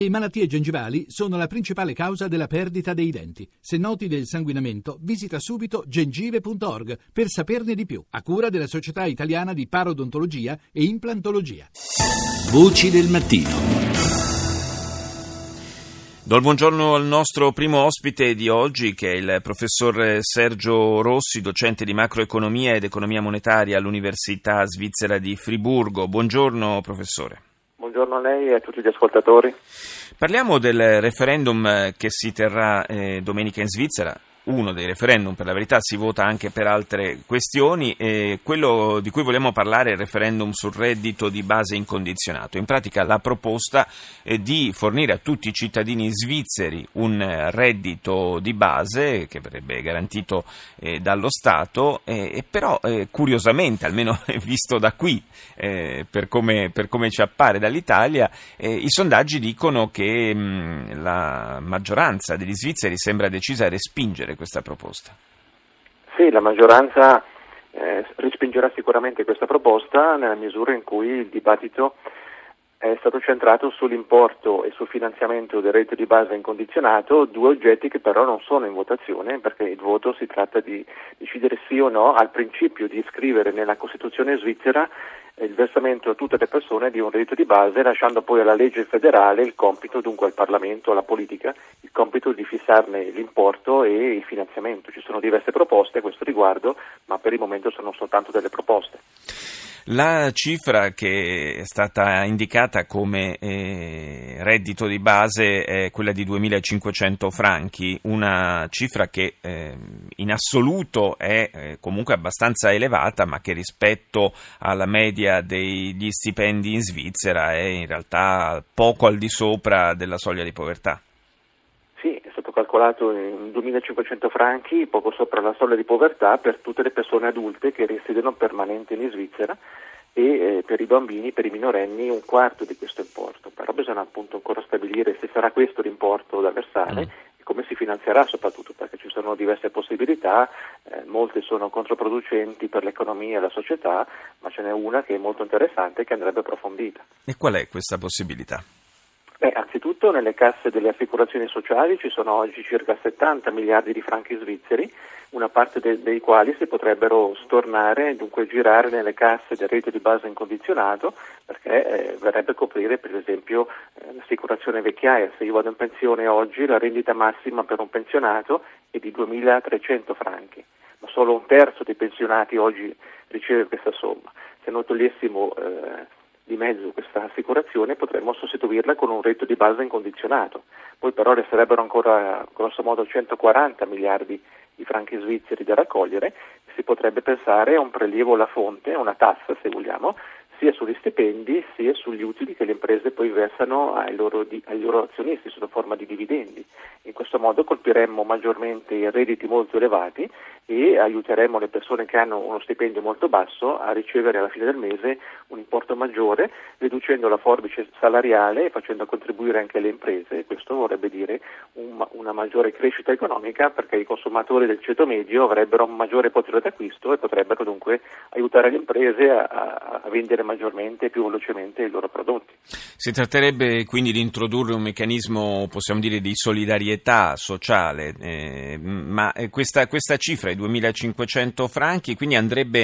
Le malattie gengivali sono la principale causa della perdita dei denti. Se noti del sanguinamento, visita subito gengive.org per saperne di più, a cura della Società Italiana di Parodontologia e Implantologia. Voci del mattino. Do il buongiorno al nostro primo ospite di oggi, che è il professor Sergio Rossi, docente di macroeconomia ed economia monetaria all'Università Svizzera di Friburgo. Buongiorno professore. Buongiorno a lei e a tutti gli ascoltatori. Parliamo del referendum che si terrà domenica in Svizzera. Uno dei referendum, per la verità si vota anche per altre questioni, quello di cui vogliamo parlare è il referendum sul reddito di base incondizionato. In pratica la proposta è di fornire a tutti i cittadini svizzeri un reddito di base che verrebbe garantito dallo Stato, però curiosamente, almeno visto da qui, per come ci appare dall'Italia, i sondaggi dicono che la maggioranza degli svizzeri sembra decisa a respingere questa proposta. Sì, la maggioranza respingerà sicuramente questa proposta nella misura in cui il dibattito è stato centrato sull'importo e sul finanziamento del reddito di base incondizionato, due oggetti che però non sono in votazione, perché il voto si tratta di decidere sì o no al principio di iscrivere nella Costituzione svizzera il versamento a tutte le persone di un reddito di base, lasciando poi alla legge federale il compito, dunque al Parlamento, alla politica, il compito di fissarne l'importo e il finanziamento. Ci sono diverse proposte a questo riguardo, ma per il momento sono soltanto delle proposte. La cifra che è stata indicata come reddito di base è quella di 2.500 franchi, una cifra che in assoluto è comunque abbastanza elevata, ma che rispetto alla media degli stipendi in Svizzera è in realtà poco al di sopra della soglia di povertà. Sì, è stato calcolato in 2.500 franchi, poco sopra la soglia di povertà, per tutte le persone adulte che risiedono permanenti in Svizzera e per i bambini, per i minorenni, un quarto di questo importo. Però bisogna appunto ancora stabilire se sarà questo l'importo da versare e come si finanzierà soprattutto, perché ci sono diverse possibilità, molte sono controproducenti per l'economia e la società, ma ce n'è una che è molto interessante e che andrebbe approfondita. E qual è questa possibilità? Anzitutto nelle casse delle assicurazioni sociali ci sono oggi circa 70 miliardi di franchi svizzeri, una parte dei quali si potrebbero stornare, dunque girare nelle casse del reddito di base incondizionato, perché verrebbe a coprire per esempio l'assicurazione vecchiaia. Se io vado in pensione oggi, la rendita massima per un pensionato è di 2.300 franchi, ma solo un terzo dei pensionati oggi riceve questa somma. Se noi togliessimo di mezzo questa assicurazione, potremmo sostituirla con un reddito di base incondizionato. Poi però resterebbero ancora grosso modo 140 miliardi di franchi svizzeri da raccogliere e si potrebbe pensare a un prelievo alla fonte, una tassa se vogliamo, sia sugli stipendi sia sugli utili che le imprese poi versano ai loro azionisti sotto forma di dividendi. In questo modo colpiremmo maggiormente i redditi molto elevati e aiuteremo le persone che hanno uno stipendio molto basso a ricevere alla fine del mese un importo maggiore, riducendo la forbice salariale e facendo contribuire anche le imprese. Questo vorrebbe dire una maggiore crescita economica, perché i consumatori del ceto medio avrebbero un maggiore potere d'acquisto e potrebbero dunque aiutare le imprese a vendere maggiormente e più velocemente i loro prodotti. Si tratterebbe quindi di introdurre un meccanismo, possiamo dire, di solidarietà sociale, ma questa cifra, i 2.500 franchi, quindi andrebbe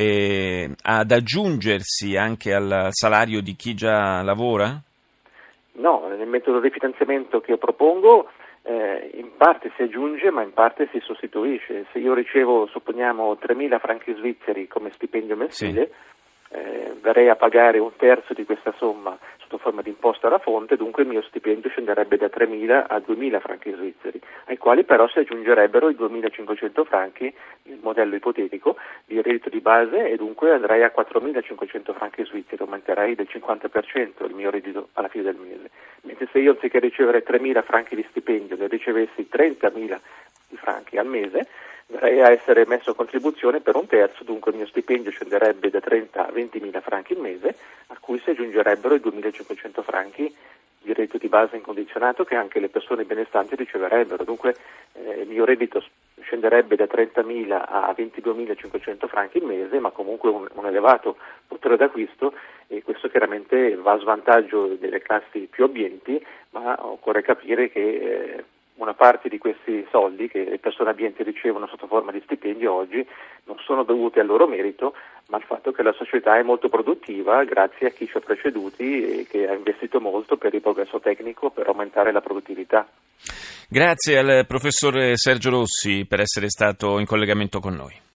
ad aggiungersi anche al salario di chi già lavora? No, nel metodo di finanziamento che io propongo in parte si aggiunge, ma in parte si sostituisce. Se io ricevo, supponiamo, 3.000 franchi svizzeri come stipendio mensile, sì, verrei a pagare un terzo di questa somma sotto forma di imposta alla fonte, dunque il mio stipendio scenderebbe da 3.000 a 2.000 franchi svizzeri, ai quali però si aggiungerebbero i 2.500 franchi, nel modello ipotetico, di reddito di base, e dunque andrei a 4.500 franchi svizzeri, aumenterei del 50% il mio reddito alla fine del mese. Mentre se io, anziché ricevere 3.000 franchi di stipendio, ne ricevessi 30.000 franchi al mese, verrei a essere messo a contribuzione per un terzo, dunque il mio stipendio scenderebbe da 30 a 20.000 franchi al mese, a cui si aggiungerebbero i 2.500 franchi di reddito di base incondizionato che anche le persone benestanti riceverebbero. Dunque il mio reddito scenderebbe da 30.000 a 22.500 franchi al mese, ma comunque un elevato potere d'acquisto, e questo chiaramente va a svantaggio delle classi più abbienti, ma occorre capire che una parte di questi soldi che le persone abbienti ricevono sotto forma di stipendio oggi non sono dovuti al loro merito, ma al fatto che la società è molto produttiva grazie a chi ci ha preceduti e che ha investito molto per il progresso tecnico, per aumentare la produttività. Grazie al professor Sergio Rossi per essere stato in collegamento con noi.